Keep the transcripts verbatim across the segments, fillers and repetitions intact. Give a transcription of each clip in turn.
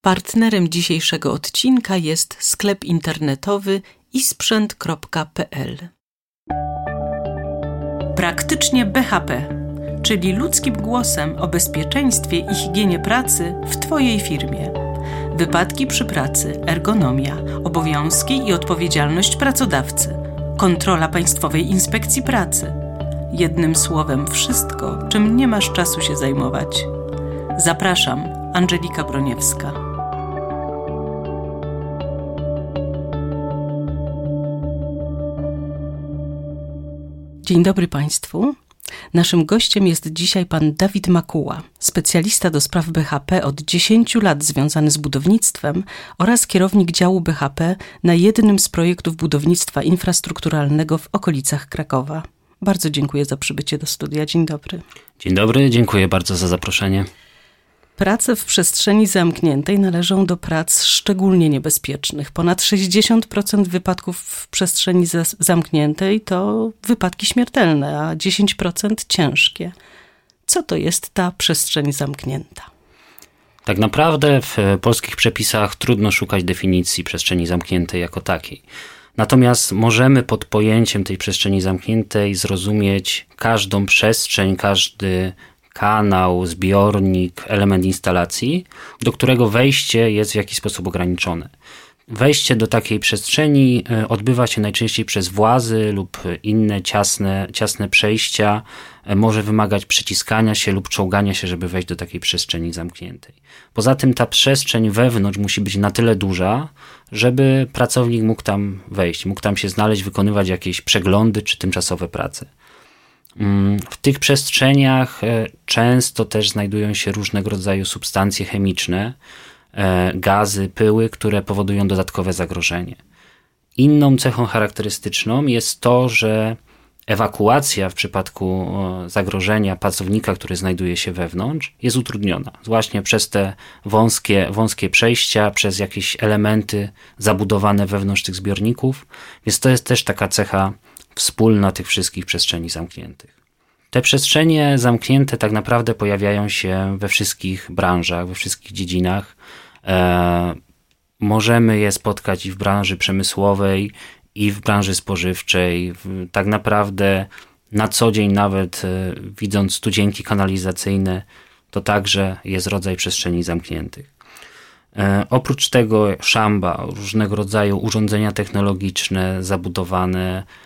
Partnerem dzisiejszego odcinka jest sklep internetowy isprzęt kropka p l. Praktycznie B H P, czyli ludzkim głosem o bezpieczeństwie i higienie pracy w Twojej firmie. Wypadki przy pracy, ergonomia, obowiązki i odpowiedzialność pracodawcy, kontrola Państwowej Inspekcji Pracy. Jednym słowem wszystko, czym nie masz czasu się zajmować. Zapraszam, Angelika Broniewska. Dzień dobry Państwu. Naszym gościem jest dzisiaj pan Dawid Makuła, specjalista do spraw B H P od dziesięciu lat związany z budownictwem oraz kierownik działu B H P na jednym z projektów budownictwa infrastrukturalnego w okolicach Krakowa. Bardzo dziękuję za przybycie do studia. Dzień dobry. Dzień dobry, dziękuję bardzo za zaproszenie. Prace w przestrzeni zamkniętej należą do prac szczególnie niebezpiecznych. Ponad sześćdziesiąt procent wypadków w przestrzeni zamkniętej to wypadki śmiertelne, a dziesięć procent ciężkie. Co to jest ta przestrzeń zamknięta? Tak naprawdę w polskich przepisach trudno szukać definicji przestrzeni zamkniętej jako takiej. Natomiast możemy pod pojęciem tej przestrzeni zamkniętej zrozumieć każdą przestrzeń, każdy kanał, zbiornik, element instalacji, do którego wejście jest w jakiś sposób ograniczone. Wejście do takiej przestrzeni odbywa się najczęściej przez włazy lub inne ciasne, ciasne przejścia. Może wymagać przyciskania się lub czołgania się, żeby wejść do takiej przestrzeni zamkniętej. Poza tym ta przestrzeń wewnątrz musi być na tyle duża, żeby pracownik mógł tam wejść, mógł tam się znaleźć, wykonywać jakieś przeglądy czy tymczasowe prace. W tych przestrzeniach często też znajdują się różnego rodzaju substancje chemiczne, gazy, pyły, które powodują dodatkowe zagrożenie. Inną cechą charakterystyczną jest to, że ewakuacja w przypadku zagrożenia pracownika, który znajduje się wewnątrz, jest utrudniona. Właśnie przez te wąskie, wąskie przejścia, przez jakieś elementy zabudowane wewnątrz tych zbiorników. Więc to jest też taka cecha wspólna tych wszystkich przestrzeni zamkniętych. Te przestrzenie zamknięte tak naprawdę pojawiają się we wszystkich branżach, we wszystkich dziedzinach. E, możemy je spotkać i w branży przemysłowej, i w branży spożywczej. W, tak naprawdę na co dzień nawet e, widząc studzienki kanalizacyjne, to także jest rodzaj przestrzeni zamkniętych. E, oprócz tego szamba, różnego rodzaju urządzenia technologiczne zabudowane e,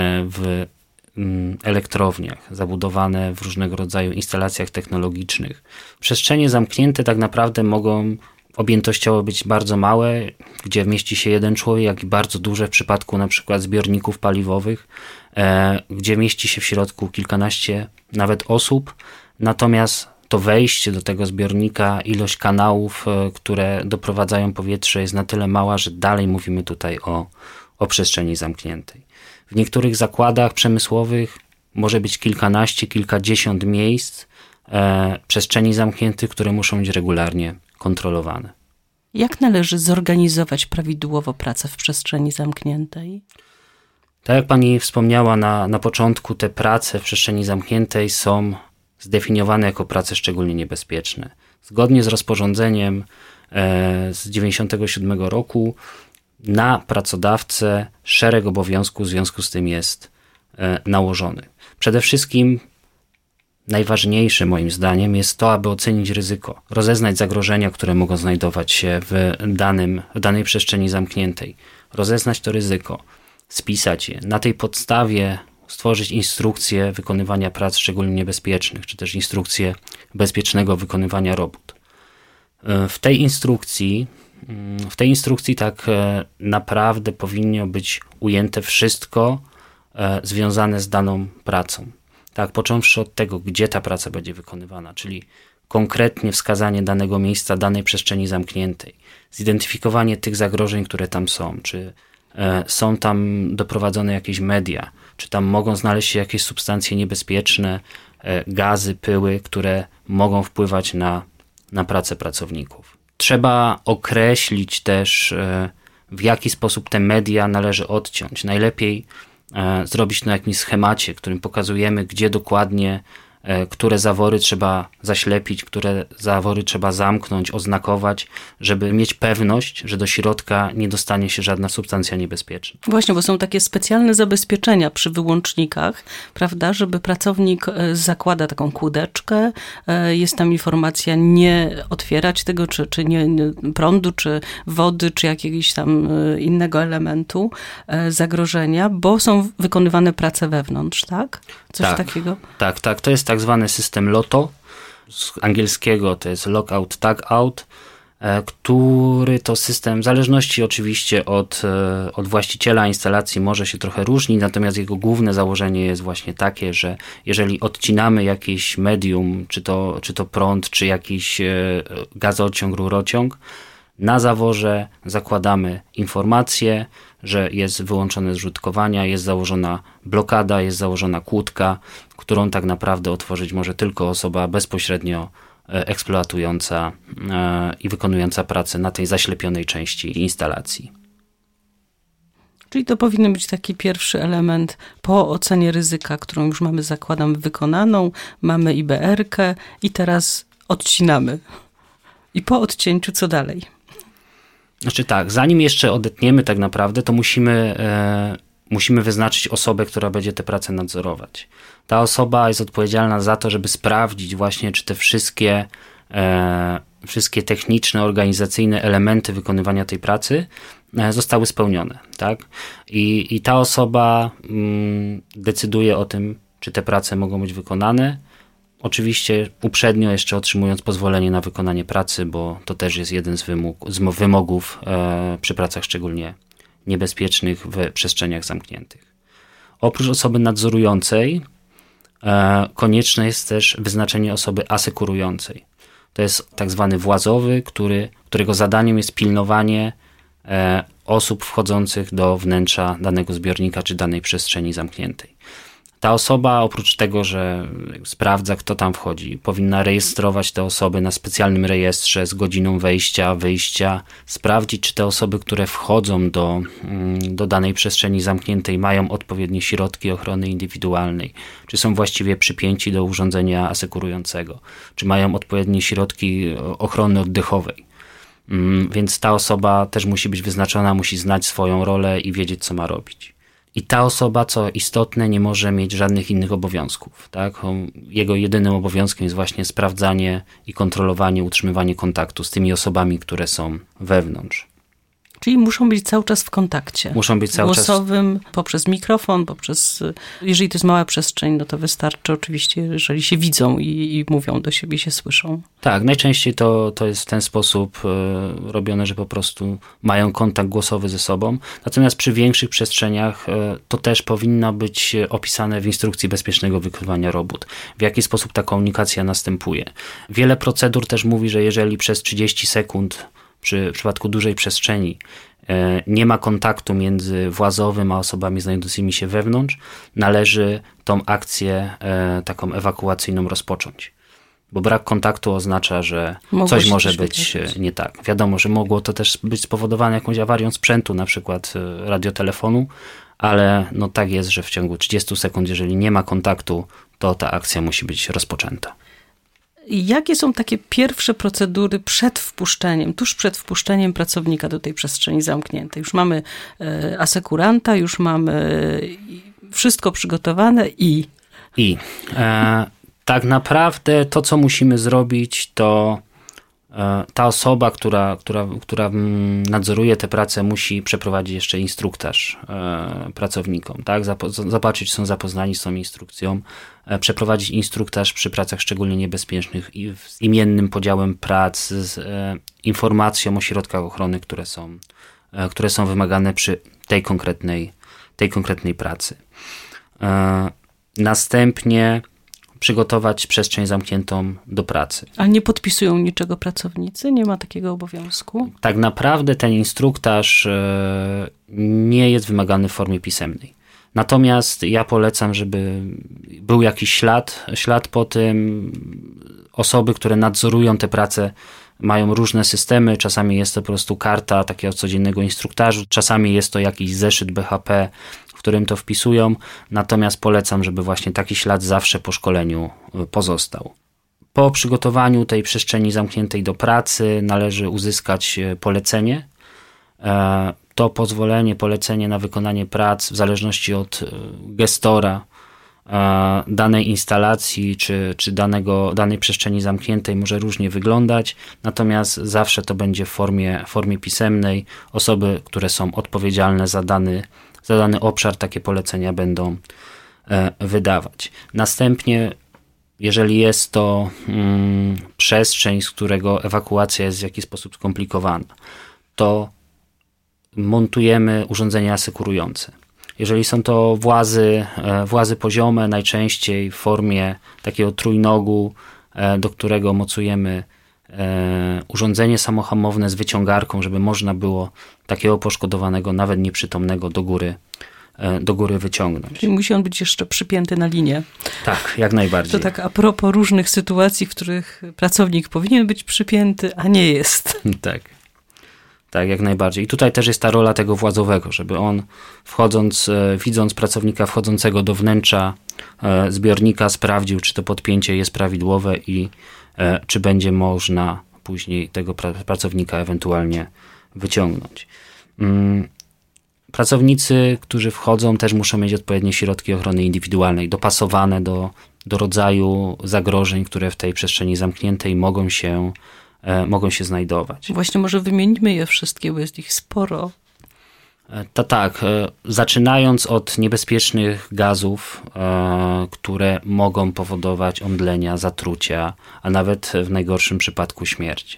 w m, elektrowniach, zabudowane w różnego rodzaju instalacjach technologicznych. Przestrzenie zamknięte tak naprawdę mogą objętościowo być bardzo małe, gdzie mieści się jeden człowiek, jak i bardzo duże w przypadku na przykład zbiorników paliwowych, e, gdzie mieści się w środku kilkanaście nawet osób, natomiast to wejście do tego zbiornika, ilość kanałów, które doprowadzają powietrze jest na tyle mała, że dalej mówimy tutaj o, o przestrzeni zamkniętej. W niektórych zakładach przemysłowych może być kilkanaście, kilkadziesiąt miejsc e, przestrzeni zamkniętych, które muszą być regularnie kontrolowane. Jak należy zorganizować prawidłowo pracę w przestrzeni zamkniętej? Tak jak pani wspomniała na, na początku, te prace w przestrzeni zamkniętej są zdefiniowane jako prace szczególnie niebezpieczne. Zgodnie z rozporządzeniem z dziewięćdziesiątego siódmego roku na pracodawcę szereg obowiązków w związku z tym jest nałożony. Przede wszystkim najważniejsze moim zdaniem jest to, aby ocenić ryzyko, rozeznać zagrożenia, które mogą znajdować się w, danym, w danej przestrzeni zamkniętej, rozeznać to ryzyko, spisać je. Na tej podstawie stworzyć instrukcję wykonywania prac szczególnie niebezpiecznych, czy też instrukcję bezpiecznego wykonywania robót. W tej instrukcji, w tej instrukcji tak naprawdę powinno być ujęte wszystko związane z daną pracą. Tak, począwszy od tego, gdzie ta praca będzie wykonywana, czyli konkretnie wskazanie danego miejsca, danej przestrzeni zamkniętej, zidentyfikowanie tych zagrożeń, które tam są, czy są tam doprowadzone jakieś media, czy tam mogą znaleźć się jakieś substancje niebezpieczne, gazy, pyły, które mogą wpływać na, na pracę pracowników. Trzeba określić też, w jaki sposób te media należy odciąć. Najlepiej zrobić na jakimś schemacie, którym pokazujemy, gdzie dokładnie które zawory trzeba zaślepić, które zawory trzeba zamknąć, oznakować, żeby mieć pewność, że do środka nie dostanie się żadna substancja niebezpieczna. Właśnie, bo są takie specjalne zabezpieczenia przy wyłącznikach, prawda, żeby pracownik zakłada taką kłódeczkę, jest tam informacja nie otwierać tego, czy, czy nie, prądu, czy wody, czy jakiegoś tam innego elementu zagrożenia, bo są wykonywane prace wewnątrz, tak? Coś tak, takiego? Tak, tak. To jest tak zwany system LOTO. Z angielskiego to jest Lockout, Tagout, który to system, w zależności oczywiście od, od właściciela instalacji, może się trochę różnić, natomiast jego główne założenie jest właśnie takie, że jeżeli odcinamy jakieś medium, czy to, czy to prąd, czy jakiś gazociąg, rurociąg, na zaworze zakładamy informację, że jest wyłączone zrzutkowania, jest założona blokada, jest założona kłódka, którą tak naprawdę otworzyć może tylko osoba bezpośrednio eksploatująca i wykonująca pracę na tej zaślepionej części instalacji. Czyli to powinien być taki pierwszy element po ocenie ryzyka, którą już mamy, zakładam, wykonaną, mamy I B R-kę i teraz odcinamy. I po odcięciu co dalej? Znaczy tak, zanim jeszcze odetniemy tak naprawdę, to musimy, e, musimy wyznaczyć osobę, która będzie te prace nadzorować. Ta osoba jest odpowiedzialna za to, żeby sprawdzić właśnie, czy te wszystkie, e, wszystkie techniczne, organizacyjne elementy wykonywania tej pracy e, zostały spełnione. Tak? I, i ta osoba mm, decyduje o tym, czy te prace mogą być wykonane. Oczywiście uprzednio jeszcze otrzymując pozwolenie na wykonanie pracy, bo to też jest jeden z, wymóg, z wymogów e, przy pracach szczególnie niebezpiecznych w przestrzeniach zamkniętych. Oprócz osoby nadzorującej e, konieczne jest też wyznaczenie osoby asekurującej. To jest tak zwany włazowy, który, którego zadaniem jest pilnowanie e, osób wchodzących do wnętrza danego zbiornika czy danej przestrzeni zamkniętej. Ta osoba, oprócz tego, że sprawdza, kto tam wchodzi, powinna rejestrować te osoby na specjalnym rejestrze z godziną wejścia, wyjścia, sprawdzić, czy te osoby, które wchodzą do, do danej przestrzeni zamkniętej, mają odpowiednie środki ochrony indywidualnej, czy są właściwie przypięci do urządzenia asekurującego, czy mają odpowiednie środki ochrony oddechowej. Więc ta osoba też musi być wyznaczona, musi znać swoją rolę i wiedzieć, co ma robić. I ta osoba, co istotne, nie może mieć żadnych innych obowiązków. Tak? Jego jedynym obowiązkiem jest właśnie sprawdzanie i kontrolowanie, utrzymywanie kontaktu z tymi osobami, które są wewnątrz. Czyli muszą być cały czas w kontakcie. Muszą być cały głosowym, czas... poprzez mikrofon, poprzez... Jeżeli to jest mała przestrzeń, no to wystarczy oczywiście, jeżeli się widzą i, i mówią do siebie, się słyszą. Tak, najczęściej to, to jest w ten sposób y, robione, że po prostu mają kontakt głosowy ze sobą. Natomiast przy większych przestrzeniach y, to też powinno być opisane w instrukcji bezpiecznego wykrywania robót. W jaki sposób ta komunikacja następuje. Wiele procedur też mówi, że jeżeli przez trzydzieści sekund Przy, w przypadku dużej przestrzeni e, nie ma kontaktu między włazowym a osobami znajdującymi się wewnątrz, należy tą akcję e, taką ewakuacyjną rozpocząć. Bo brak kontaktu oznacza, że mogło coś może być wydarzyć. Nie tak. Wiadomo, że mogło to też być spowodowane jakąś awarią sprzętu, na przykład radiotelefonu, ale no tak jest, że w ciągu trzydziestu sekund, jeżeli nie ma kontaktu, to ta akcja musi być rozpoczęta. Jakie są takie pierwsze procedury przed wpuszczeniem, tuż przed wpuszczeniem pracownika do tej przestrzeni zamkniętej? Już mamy e, asekuranta, już mamy wszystko przygotowane i... I e, tak naprawdę to, co musimy zrobić, to e, ta osoba, która, która, która nadzoruje tę pracę, musi przeprowadzić jeszcze instruktaż e, pracownikom, tak? Zapo- zobaczyć, czy są zapoznani z tą instrukcją, przeprowadzić instruktaż przy pracach szczególnie niebezpiecznych i z imiennym podziałem prac, z e, informacją o środkach ochrony, które są, e, które są wymagane przy tej konkretnej, tej konkretnej pracy. E, następnie przygotować przestrzeń zamkniętą do pracy. A nie podpisują niczego pracownicy? Nie ma takiego obowiązku? Tak naprawdę ten instruktaż e, nie jest wymagany w formie pisemnej. Natomiast ja polecam, żeby był jakiś ślad, ślad po tym. Osoby, które nadzorują te prace, mają różne systemy. Czasami jest to po prostu karta takiego codziennego instruktażu, czasami jest to jakiś zeszyt B H P, w którym to wpisują, natomiast polecam, żeby właśnie taki ślad zawsze po szkoleniu pozostał. Po przygotowaniu tej przestrzeni zamkniętej do pracy należy uzyskać polecenie. To pozwolenie, polecenie na wykonanie prac w zależności od gestora danej instalacji czy, czy danego, danej przestrzeni zamkniętej może różnie wyglądać, natomiast zawsze to będzie w formie, formie pisemnej. Osoby, które są odpowiedzialne za dany, za dany obszar, takie polecenia będą wydawać. Następnie, jeżeli jest to mm, przestrzeń, z którego ewakuacja jest w jakiś sposób skomplikowana, to montujemy urządzenia asekurujące. Jeżeli są to włazy, włazy poziome, najczęściej w formie takiego trójnogu, do którego mocujemy urządzenie samohamowne z wyciągarką, żeby można było takiego poszkodowanego, nawet nieprzytomnego, do góry, do góry wyciągnąć. Czyli musi on być jeszcze przypięty na linię. Tak, jak najbardziej. To tak a propos różnych sytuacji, w których pracownik powinien być przypięty, a nie jest. Tak. Tak, jak najbardziej. I tutaj też jest ta rola tego władzowego, żeby on wchodząc, widząc pracownika wchodzącego do wnętrza zbiornika, sprawdził, czy to podpięcie jest prawidłowe i czy będzie można później tego pracownika ewentualnie wyciągnąć. Pracownicy, którzy wchodzą, też muszą mieć odpowiednie środki ochrony indywidualnej, dopasowane do, do rodzaju zagrożeń, które w tej przestrzeni zamkniętej mogą się mogą się znajdować. Właśnie może wymienimy je wszystkie, bo jest ich sporo. To tak, zaczynając od niebezpiecznych gazów, które mogą powodować omdlenia, zatrucia, a nawet w najgorszym przypadku śmierć.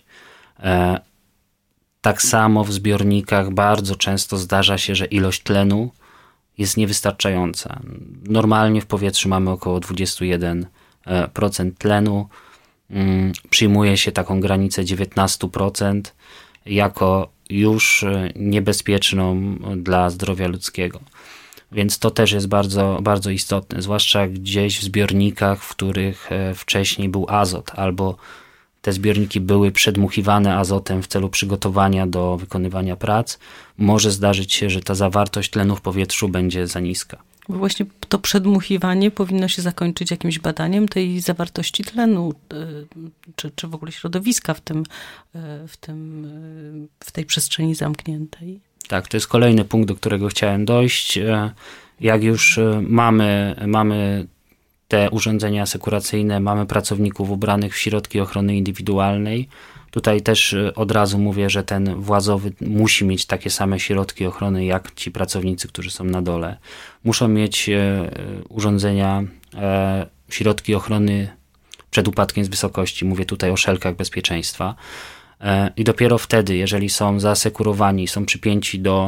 Tak samo w zbiornikach bardzo często zdarza się, że ilość tlenu jest niewystarczająca. Normalnie w powietrzu mamy około dwadzieścia jeden procent tlenu. Przyjmuje się taką granicę dziewiętnaście procent jako już niebezpieczną dla zdrowia ludzkiego. Więc to też jest bardzo, bardzo istotne, zwłaszcza gdzieś w zbiornikach, w których wcześniej był azot, albo te zbiorniki były przedmuchiwane azotem w celu przygotowania do wykonywania prac. Może zdarzyć się, że ta zawartość tlenu w powietrzu będzie za niska. Bo właśnie to przedmuchiwanie powinno się zakończyć jakimś badaniem tej zawartości tlenu, czy, czy w ogóle środowiska w tym, w tym, w tej przestrzeni zamkniętej. Tak, to jest kolejny punkt, do którego chciałem dojść. Jak już mamy, mamy te urządzenia asekuracyjne, mamy pracowników ubranych w środki ochrony indywidualnej, tutaj też od razu mówię, że ten włazowy musi mieć takie same środki ochrony jak ci pracownicy, którzy są na dole. Muszą mieć urządzenia, środki ochrony przed upadkiem z wysokości. Mówię tutaj o szelkach bezpieczeństwa. I dopiero wtedy, jeżeli są zaasekurowani, są przypięci do,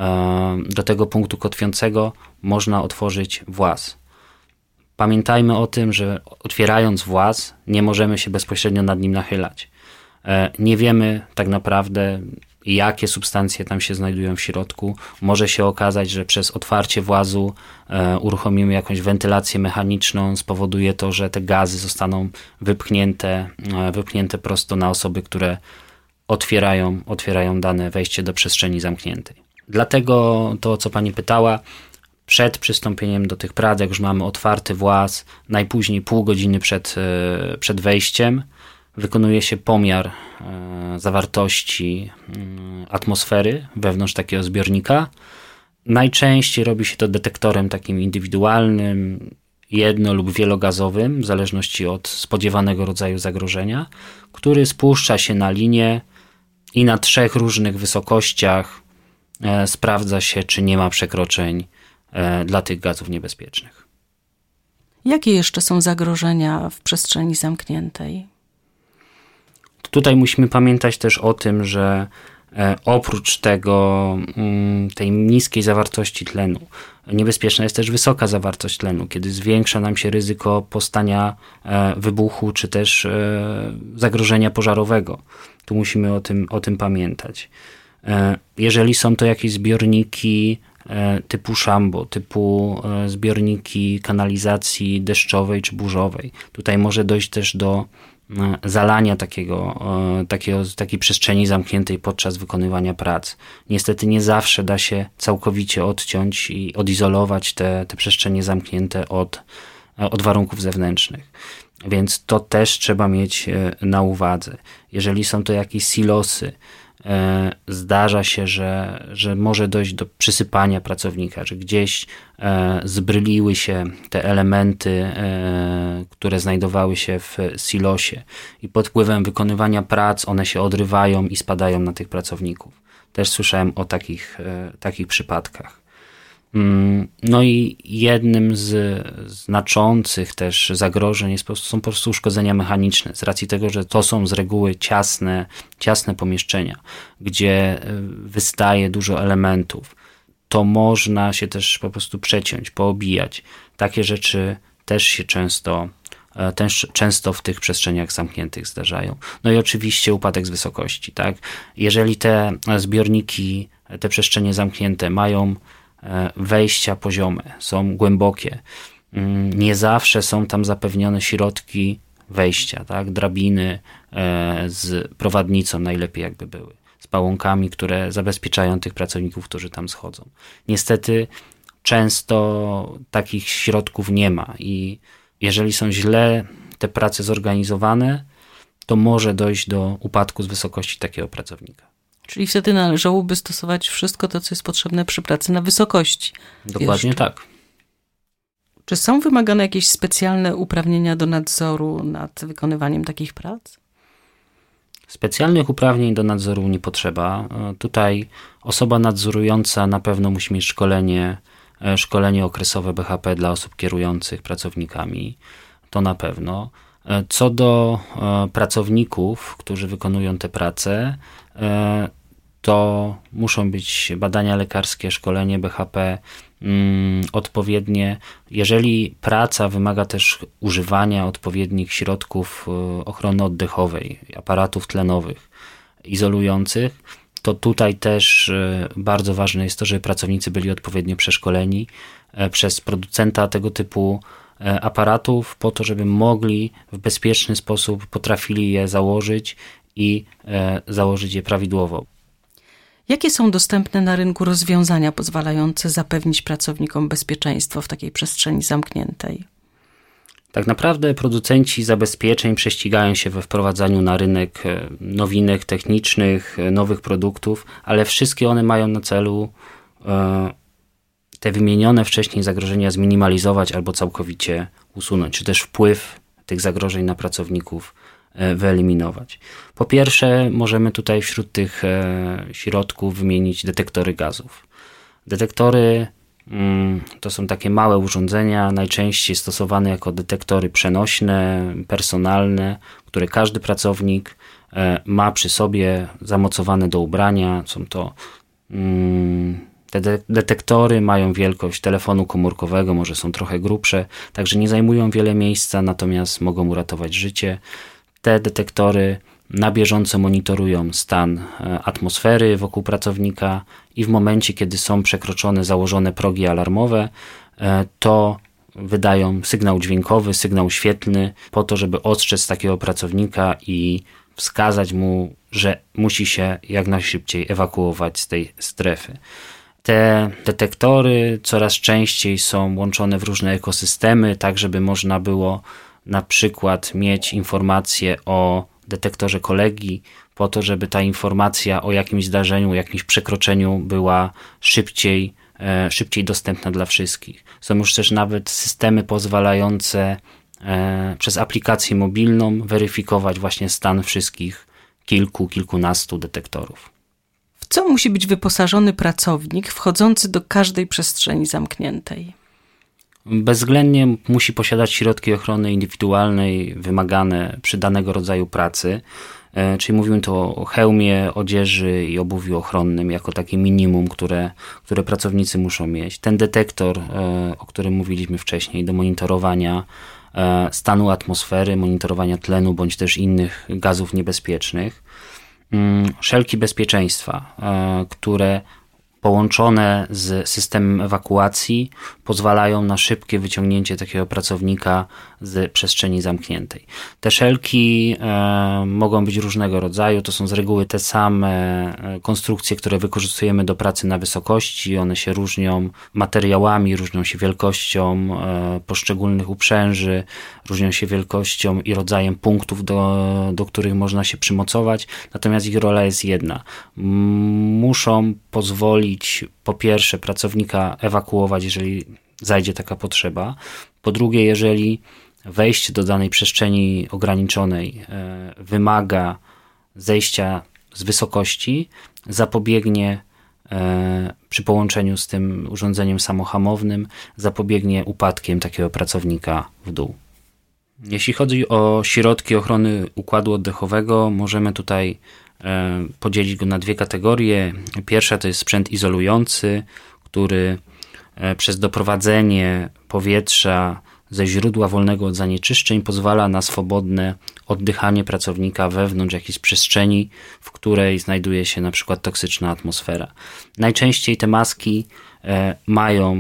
do tego punktu kotwiącego, można otworzyć właz. Pamiętajmy o tym, że otwierając właz, nie możemy się bezpośrednio nad nim nachylać. Nie wiemy tak naprawdę, jakie substancje tam się znajdują w środku. Może się okazać, że przez otwarcie włazu uruchomimy jakąś wentylację mechaniczną, spowoduje to, że te gazy zostaną wypchnięte, wypchnięte prosto na osoby, które otwierają, otwierają dane wejście do przestrzeni zamkniętej. Dlatego to, co pani pytała, przed przystąpieniem do tych prac, jak już mamy otwarty właz, najpóźniej pół godziny przed, przed wejściem, wykonuje się pomiar zawartości atmosfery wewnątrz takiego zbiornika. Najczęściej robi się to detektorem takim indywidualnym, jedno- lub wielogazowym, w zależności od spodziewanego rodzaju zagrożenia, który spuszcza się na linię i na trzech różnych wysokościach sprawdza się, czy nie ma przekroczeń dla tych gazów niebezpiecznych. Jakie jeszcze są zagrożenia w przestrzeni zamkniętej? Tutaj musimy pamiętać też o tym, że oprócz tego, tej niskiej zawartości tlenu, niebezpieczna jest też wysoka zawartość tlenu, kiedy zwiększa nam się ryzyko powstania wybuchu, czy też zagrożenia pożarowego. Tu musimy o tym, o tym pamiętać. Jeżeli są to jakieś zbiorniki typu szambo, typu zbiorniki kanalizacji deszczowej czy burzowej, tutaj może dojść też do zalania takiego, takiego, takiej przestrzeni zamkniętej podczas wykonywania prac. Niestety nie zawsze da się całkowicie odciąć i odizolować te, te przestrzenie zamknięte od, od warunków zewnętrznych. Więc to też trzeba mieć na uwadze. Jeżeli są to jakieś silosy, zdarza się, że, że może dojść do przysypania pracownika, że gdzieś zbryliły się te elementy, które znajdowały się w silosie i pod wpływem wykonywania prac one się odrywają i spadają na tych pracowników. Też słyszałem o takich, takich przypadkach. No i jednym z znaczących też zagrożeń jest, są po prostu uszkodzenia mechaniczne, z racji tego, że to są z reguły ciasne, ciasne pomieszczenia, gdzie wystaje dużo elementów. To można się też po prostu przeciąć, poobijać. Takie rzeczy też się często, też często w tych przestrzeniach zamkniętych zdarzają. No i oczywiście upadek z wysokości. Tak? Jeżeli te zbiorniki, te przestrzenie zamknięte mają wejścia poziome, są głębokie. Nie zawsze są tam zapewnione środki wejścia, tak? Drabiny z prowadnicą najlepiej jakby były, z pałąkami, które zabezpieczają tych pracowników, którzy tam schodzą. Niestety często takich środków nie ma i jeżeli są źle te prace zorganizowane, to może dojść do upadku z wysokości takiego pracownika. Czyli wtedy należałoby stosować wszystko to, co jest potrzebne przy pracy na wysokości. Dokładnie jeszcze. Tak. Czy są wymagane jakieś specjalne uprawnienia do nadzoru nad wykonywaniem takich prac? Specjalnych uprawnień do nadzoru nie potrzeba. Tutaj osoba nadzorująca na pewno musi mieć szkolenie, szkolenie okresowe B H P dla osób kierujących pracownikami. To na pewno. Co do pracowników, którzy wykonują te prace, to muszą być badania lekarskie, szkolenie B H P mm, odpowiednie. Jeżeli praca wymaga też używania odpowiednich środków ochrony oddechowej, aparatów tlenowych, izolujących, to tutaj też bardzo ważne jest to, żeby pracownicy byli odpowiednio przeszkoleni przez producenta tego typu aparatów po to, żeby mogli w bezpieczny sposób, potrafili je założyć i e, założyć je prawidłowo. Jakie są dostępne na rynku rozwiązania pozwalające zapewnić pracownikom bezpieczeństwo w takiej przestrzeni zamkniętej? Tak naprawdę producenci zabezpieczeń prześcigają się we wprowadzaniu na rynek nowinek technicznych, nowych produktów, ale wszystkie one mają na celu e, te wymienione wcześniej zagrożenia zminimalizować albo całkowicie usunąć, czy też wpływ tych zagrożeń na pracowników wyeliminować. Po pierwsze, możemy tutaj wśród tych środków wymienić detektory gazów. Detektory to są takie małe urządzenia, najczęściej stosowane jako detektory przenośne, personalne, które każdy pracownik ma przy sobie zamocowane do ubrania. Są to Te de- detektory mają wielkość telefonu komórkowego, może są trochę grubsze, także nie zajmują wiele miejsca, natomiast mogą uratować życie. Te detektory na bieżąco monitorują stan atmosfery wokół pracownika i w momencie, kiedy są przekroczone założone progi alarmowe, to wydają sygnał dźwiękowy, sygnał świetlny po to, żeby ostrzec takiego pracownika i wskazać mu, że musi się jak najszybciej ewakuować z tej strefy. Te detektory coraz częściej są łączone w różne ekosystemy, tak żeby można było na przykład mieć informację o detektorze kolegi, po to, żeby ta informacja o jakimś zdarzeniu, o jakimś przekroczeniu była szybciej, e, szybciej dostępna dla wszystkich. Są już też nawet systemy pozwalające e, przez aplikację mobilną weryfikować właśnie stan wszystkich kilku, kilkunastu detektorów. W co musi być wyposażony pracownik wchodzący do każdej przestrzeni zamkniętej? Bezwzględnie musi posiadać środki ochrony indywidualnej wymagane przy danego rodzaju pracy, czyli mówimy tu o hełmie, odzieży i obuwiu ochronnym jako takie minimum, które, które pracownicy muszą mieć. Ten detektor, o którym mówiliśmy wcześniej, do monitorowania stanu atmosfery, monitorowania tlenu bądź też innych gazów niebezpiecznych. Szelki bezpieczeństwa, które połączone z systemem ewakuacji pozwalają na szybkie wyciągnięcie takiego pracownika z przestrzeni zamkniętej. Te szelki e, mogą być różnego rodzaju, to są z reguły te same konstrukcje, które wykorzystujemy do pracy na wysokości. One się różnią materiałami, różnią się wielkością e, poszczególnych uprzęży, różnią się wielkością i rodzajem punktów, do, do których można się przymocować, natomiast ich rola jest jedna. Muszą pozwolić po pierwsze pracownika ewakuować, jeżeli zajdzie taka potrzeba. Po drugie, jeżeli wejście do danej przestrzeni ograniczonej wymaga zejścia z wysokości, zapobiegnie przy połączeniu z tym urządzeniem samohamownym, zapobiegnie upadkiem takiego pracownika w dół. Jeśli chodzi o środki ochrony układu oddechowego, możemy tutaj podzielić go na dwie kategorie. Pierwsza to jest sprzęt izolujący, który przez doprowadzenie powietrza ze źródła wolnego od zanieczyszczeń pozwala na swobodne oddychanie pracownika wewnątrz jakiejś przestrzeni, w której znajduje się na przykład toksyczna atmosfera. Najczęściej te maski mają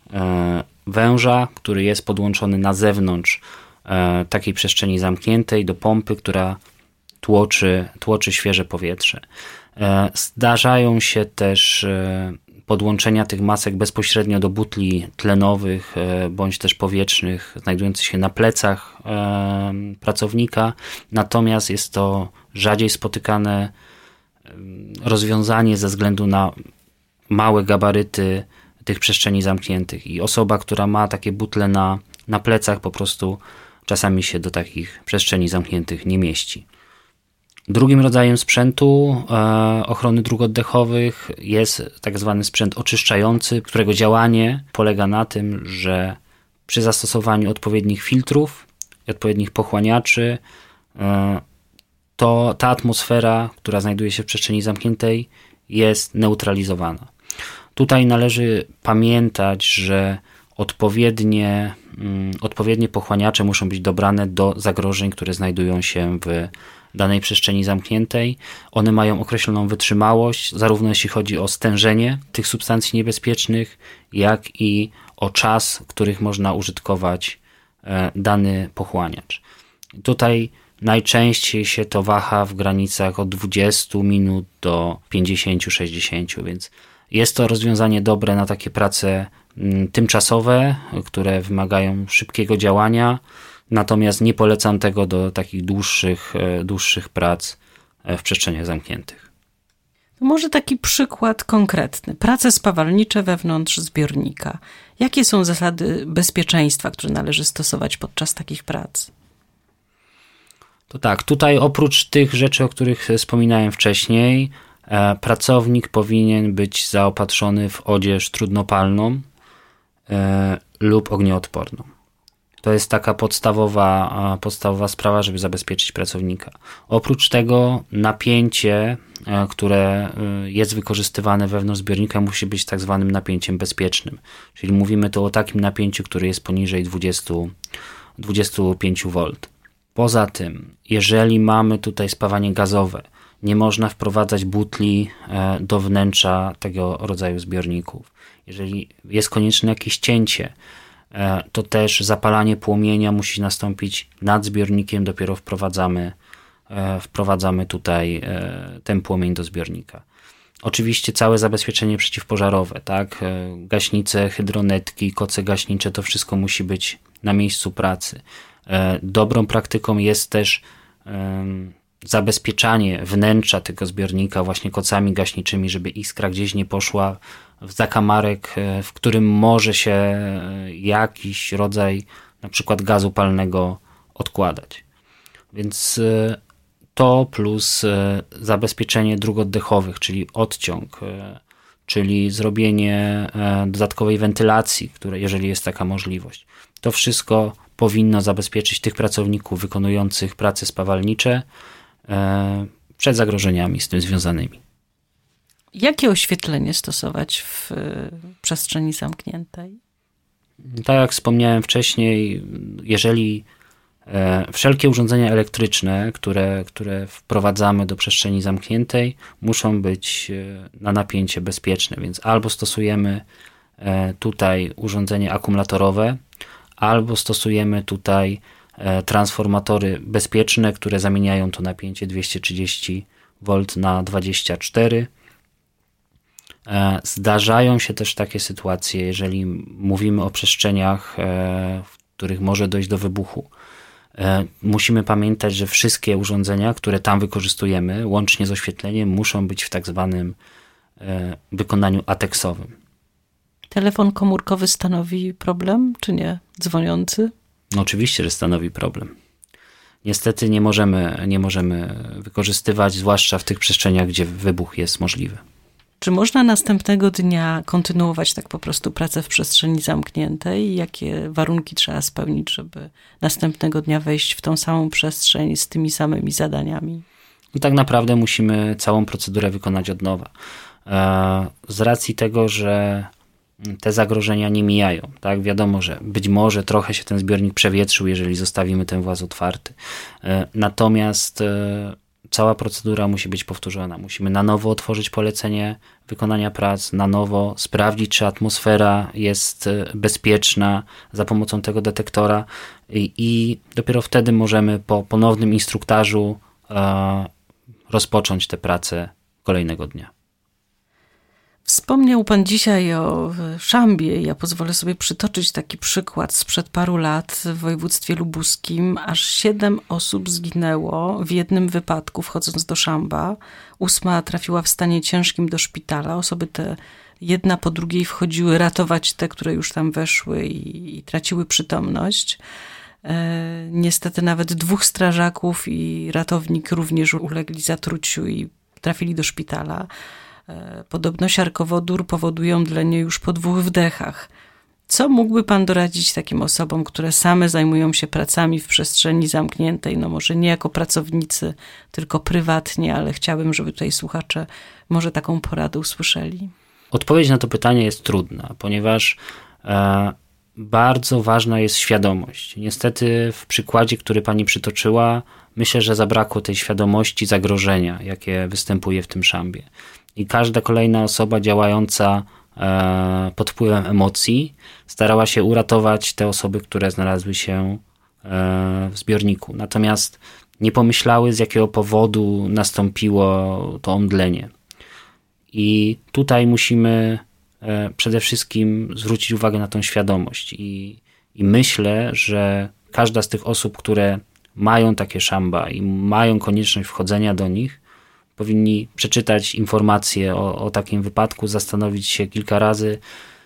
węża, który jest podłączony na zewnątrz takiej przestrzeni zamkniętej do pompy, która tłoczy, tłoczy świeże powietrze. Zdarzają się też podłączenia tych masek bezpośrednio do butli tlenowych bądź też powietrznych znajdujących się na plecach pracownika, natomiast jest to rzadziej spotykane rozwiązanie ze względu na małe gabaryty tych przestrzeni zamkniętych i osoba, która ma takie butle na, na plecach, po prostu czasami się do takich przestrzeni zamkniętych nie mieści. Drugim rodzajem sprzętu e, ochrony dróg oddechowych jest tak zwany sprzęt oczyszczający, którego działanie polega na tym, że przy zastosowaniu odpowiednich filtrów i odpowiednich pochłaniaczy e, to ta atmosfera, która znajduje się w przestrzeni zamkniętej, jest neutralizowana. Tutaj należy pamiętać, że odpowiednie, mm, odpowiednie pochłaniacze muszą być dobrane do zagrożeń, które znajdują się w danej przestrzeni zamkniętej. One mają określoną wytrzymałość, zarówno jeśli chodzi o stężenie tych substancji niebezpiecznych, jak i o czas, w których można użytkować dany pochłaniacz. Tutaj najczęściej się to waha w granicach od dwudziestu minut do pięćdziesięciu sześćdziesięciu, więc jest to rozwiązanie dobre na takie prace tymczasowe, które wymagają szybkiego działania, natomiast nie polecam tego do takich dłuższych, dłuższych prac w przestrzeniach zamkniętych. Może taki przykład konkretny. Prace spawalnicze wewnątrz zbiornika. Jakie są zasady bezpieczeństwa, które należy stosować podczas takich prac? To tak, tutaj oprócz tych rzeczy, o których wspominałem wcześniej, pracownik powinien być zaopatrzony w odzież trudnopalną e, lub ognioodporną. To jest taka podstawowa, podstawowa sprawa, żeby zabezpieczyć pracownika. Oprócz tego napięcie, e, które jest wykorzystywane wewnątrz zbiornika, musi być tak zwanym napięciem bezpiecznym. Czyli mówimy tu o takim napięciu, które jest poniżej dwudziestu, dwudziestu pięciu wolt. Poza tym, jeżeli mamy tutaj spawanie gazowe, nie można wprowadzać butli do wnętrza tego rodzaju zbiorników. Jeżeli jest konieczne jakieś cięcie, to też zapalanie płomienia musi nastąpić nad zbiornikiem, dopiero wprowadzamy, wprowadzamy tutaj ten płomień do zbiornika. Oczywiście całe zabezpieczenie przeciwpożarowe, tak? Gaśnice, hydronetki, koce gaśnicze, to wszystko musi być na miejscu pracy. Dobrą praktyką jest też zabezpieczanie wnętrza tego zbiornika właśnie kocami gaśniczymi, żeby iskra gdzieś nie poszła w zakamarek, w którym może się jakiś rodzaj na przykład gazu palnego odkładać. Więc to plus zabezpieczenie dróg oddechowych, czyli odciąg, czyli zrobienie dodatkowej wentylacji, które, jeżeli jest taka możliwość. To wszystko powinno zabezpieczyć tych pracowników wykonujących prace spawalnicze przed zagrożeniami z tym związanymi. Jakie oświetlenie stosować w przestrzeni zamkniętej? Tak jak wspomniałem wcześniej, jeżeli Wszelkie urządzenia elektryczne, które, które wprowadzamy do przestrzeni zamkniętej, muszą być na napięcie bezpieczne, więc albo stosujemy tutaj urządzenie akumulatorowe, albo stosujemy tutaj transformatory bezpieczne, które zamieniają to napięcie dwieście trzydzieści wolt na dwadzieścia cztery. Zdarzają się też takie sytuacje, jeżeli mówimy o przestrzeniach, w których może dojść do wybuchu. Musimy pamiętać, że wszystkie urządzenia, które tam wykorzystujemy, łącznie z oświetleniem, muszą być w tak zwanym wykonaniu ateksowym. Telefon komórkowy stanowi problem, czy nie? Dzwoniący? No oczywiście, że stanowi problem. Niestety nie możemy, nie możemy wykorzystywać, zwłaszcza w tych przestrzeniach, gdzie wybuch jest możliwy. Czy można następnego dnia kontynuować tak po prostu pracę w przestrzeni zamkniętej? Jakie warunki trzeba spełnić, żeby następnego dnia wejść w tą samą przestrzeń z tymi samymi zadaniami? I tak naprawdę musimy całą procedurę wykonać od nowa. Z racji tego, że te zagrożenia nie mijają. Tak? Wiadomo, że być może trochę się ten zbiornik przewietrzył, jeżeli zostawimy ten właz otwarty. Natomiast cała procedura musi być powtórzona. Musimy na nowo otworzyć polecenie wykonania prac, na nowo sprawdzić, czy atmosfera jest bezpieczna za pomocą tego detektora i, i dopiero wtedy możemy po ponownym instruktażu e, rozpocząć tę pracę kolejnego dnia. Wspomniał pan dzisiaj o szambie. Ja pozwolę sobie przytoczyć taki przykład sprzed paru lat w województwie lubuskim. Aż siedem osób zginęło w jednym wypadku wchodząc do szamba. Ósma trafiła w stanie ciężkim do szpitala. Osoby te jedna po drugiej wchodziły ratować te, które już tam weszły i, i traciły przytomność. E, niestety nawet dwóch strażaków i ratownik również ulegli zatruciu i trafili do szpitala. Podobno siarkowodór powoduje omdlenie już po dwóch wdechach. Co mógłby pan doradzić takim osobom, które same zajmują się pracami w przestrzeni zamkniętej? No może nie jako pracownicy, tylko prywatnie, ale chciałbym, żeby tutaj słuchacze może taką poradę usłyszeli. Odpowiedź na to pytanie jest trudna, ponieważ e, bardzo ważna jest świadomość. Niestety w przykładzie, który pani przytoczyła, myślę, że zabrakło tej świadomości zagrożenia, jakie występuje w tym szambie. I każda kolejna osoba działająca e, pod wpływem emocji starała się uratować te osoby, które znalazły się e, w zbiorniku. Natomiast nie pomyślały, z jakiego powodu nastąpiło to omdlenie. I tutaj musimy e, przede wszystkim zwrócić uwagę na tą świadomość. I, I myślę, że każda z tych osób, które mają takie szamba i mają konieczność wchodzenia do nich, powinni przeczytać informacje o, o takim wypadku, zastanowić się kilka razy.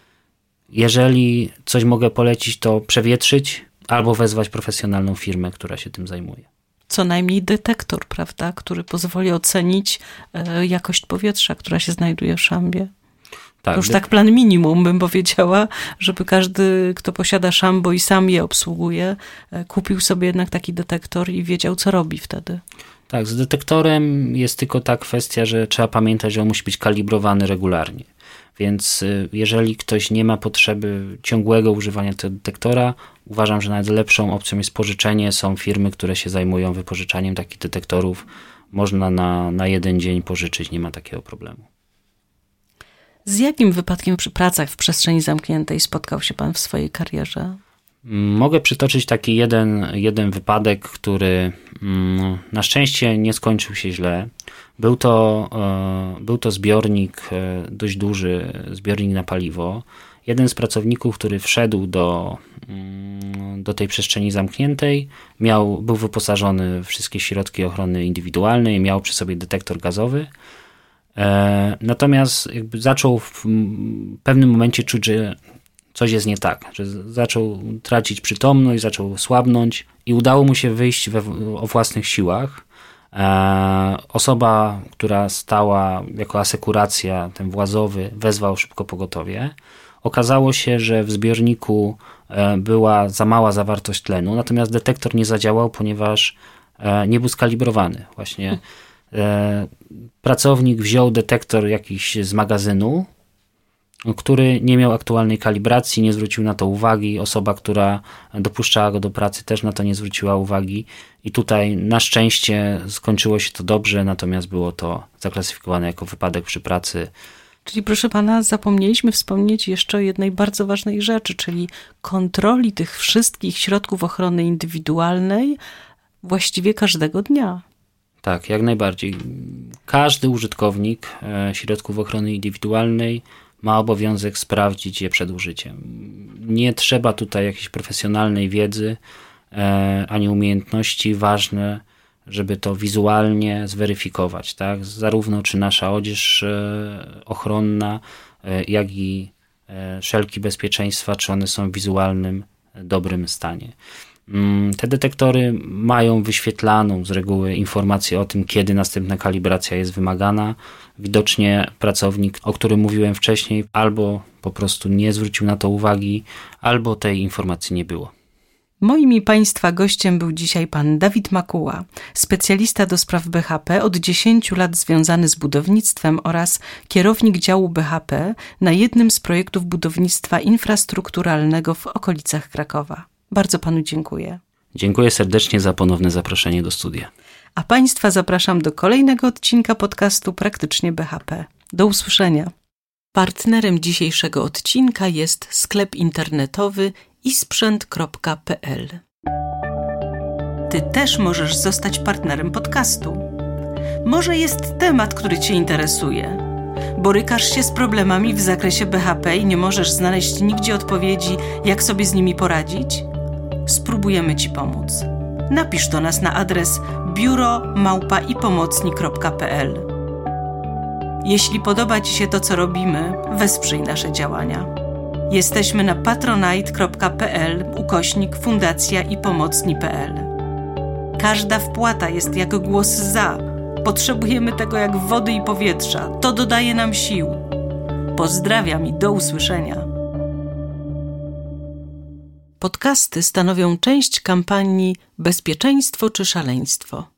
Jeżeli coś mogę polecić, to przewietrzyć albo wezwać profesjonalną firmę, która się tym zajmuje. Co najmniej detektor, prawda, który pozwoli ocenić e, jakość powietrza, która się znajduje w szambie. Tak, to już de- tak plan minimum bym powiedziała, żeby każdy, kto posiada szambo i sam je obsługuje, e, kupił sobie jednak taki detektor i wiedział, co robi wtedy. Tak, z detektorem jest tylko ta kwestia, że trzeba pamiętać, że on musi być kalibrowany regularnie. Więc jeżeli ktoś nie ma potrzeby ciągłego używania tego detektora, uważam, że nawet lepszą opcją jest pożyczenie. Są firmy, które się zajmują wypożyczaniem takich detektorów. Można na, na jeden dzień pożyczyć, nie ma takiego problemu. Z jakim wypadkiem przy pracach w przestrzeni zamkniętej spotkał się pan w swojej karierze? Mogę przytoczyć taki jeden, jeden wypadek, który mm, na szczęście nie skończył się źle. Był to, e, był to zbiornik, e, dość duży zbiornik na paliwo. Jeden z pracowników, który wszedł do, mm, do tej przestrzeni zamkniętej, miał, był wyposażony w wszystkie środki ochrony indywidualnej, miał przy sobie detektor gazowy. E, natomiast jakby zaczął w pewnym momencie czuć, że coś jest nie tak, że zaczął tracić przytomność, zaczął słabnąć i udało mu się wyjść we, o własnych siłach. E, osoba, która stała jako asekuracja, ten włazowy, wezwał szybko pogotowie. Okazało się, że w zbiorniku e, była za mała zawartość tlenu, natomiast detektor nie zadziałał, ponieważ e, nie był skalibrowany. Właśnie e, pracownik wziął detektor jakiś z magazynu, który nie miał aktualnej kalibracji, nie zwrócił na to uwagi. Osoba, która dopuszczała go do pracy, też na to nie zwróciła uwagi. I tutaj na szczęście skończyło się to dobrze, natomiast było to zaklasyfikowane jako wypadek przy pracy. Czyli proszę pana, zapomnieliśmy wspomnieć jeszcze o jednej bardzo ważnej rzeczy, czyli kontroli tych wszystkich środków ochrony indywidualnej właściwie każdego dnia. Tak, jak najbardziej. Każdy użytkownik środków ochrony indywidualnej ma obowiązek sprawdzić je przed użyciem. Nie trzeba tutaj jakiejś profesjonalnej wiedzy ani umiejętności. Ważne, żeby to wizualnie zweryfikować, tak? Zarówno czy nasza odzież ochronna, jak i szelki bezpieczeństwa, czy one są w wizualnym, dobrym stanie. Te detektory mają wyświetlaną z reguły informację o tym, kiedy następna kalibracja jest wymagana. Widocznie pracownik, o którym mówiłem wcześniej, albo po prostu nie zwrócił na to uwagi, albo tej informacji nie było. Moim i Państwa gościem był dzisiaj pan Dawid Makuła, specjalista do spraw B H P, od dziesięciu lat związany z budownictwem oraz kierownik działu B H P na jednym z projektów budownictwa infrastrukturalnego w okolicach Krakowa. Bardzo panu dziękuję. Dziękuję serdecznie za ponowne zaproszenie do studia. A Państwa zapraszam do kolejnego odcinka podcastu Praktycznie B H P. Do usłyszenia. Partnerem dzisiejszego odcinka jest sklep internetowy i sprzęt kropka p l. Ty też możesz zostać partnerem podcastu. Może jest temat, który Cię interesuje. Borykasz się z problemami w zakresie B H P i nie możesz znaleźć nigdzie odpowiedzi, jak sobie z nimi poradzić? Spróbujemy Ci pomóc. Napisz do nas na adres biuro małpa i pomocni kropka p l. Jeśli podoba Ci się to, co robimy, wesprzyj nasze działania. Jesteśmy na patronite kropka p l ukośnik fundacja i pomocni kropka p l. Każda wpłata jest jak głos za. Potrzebujemy tego jak wody i powietrza. To dodaje nam sił. Pozdrawiam i do usłyszenia. Podcasty stanowią część kampanii Bezpieczeństwo czy szaleństwo?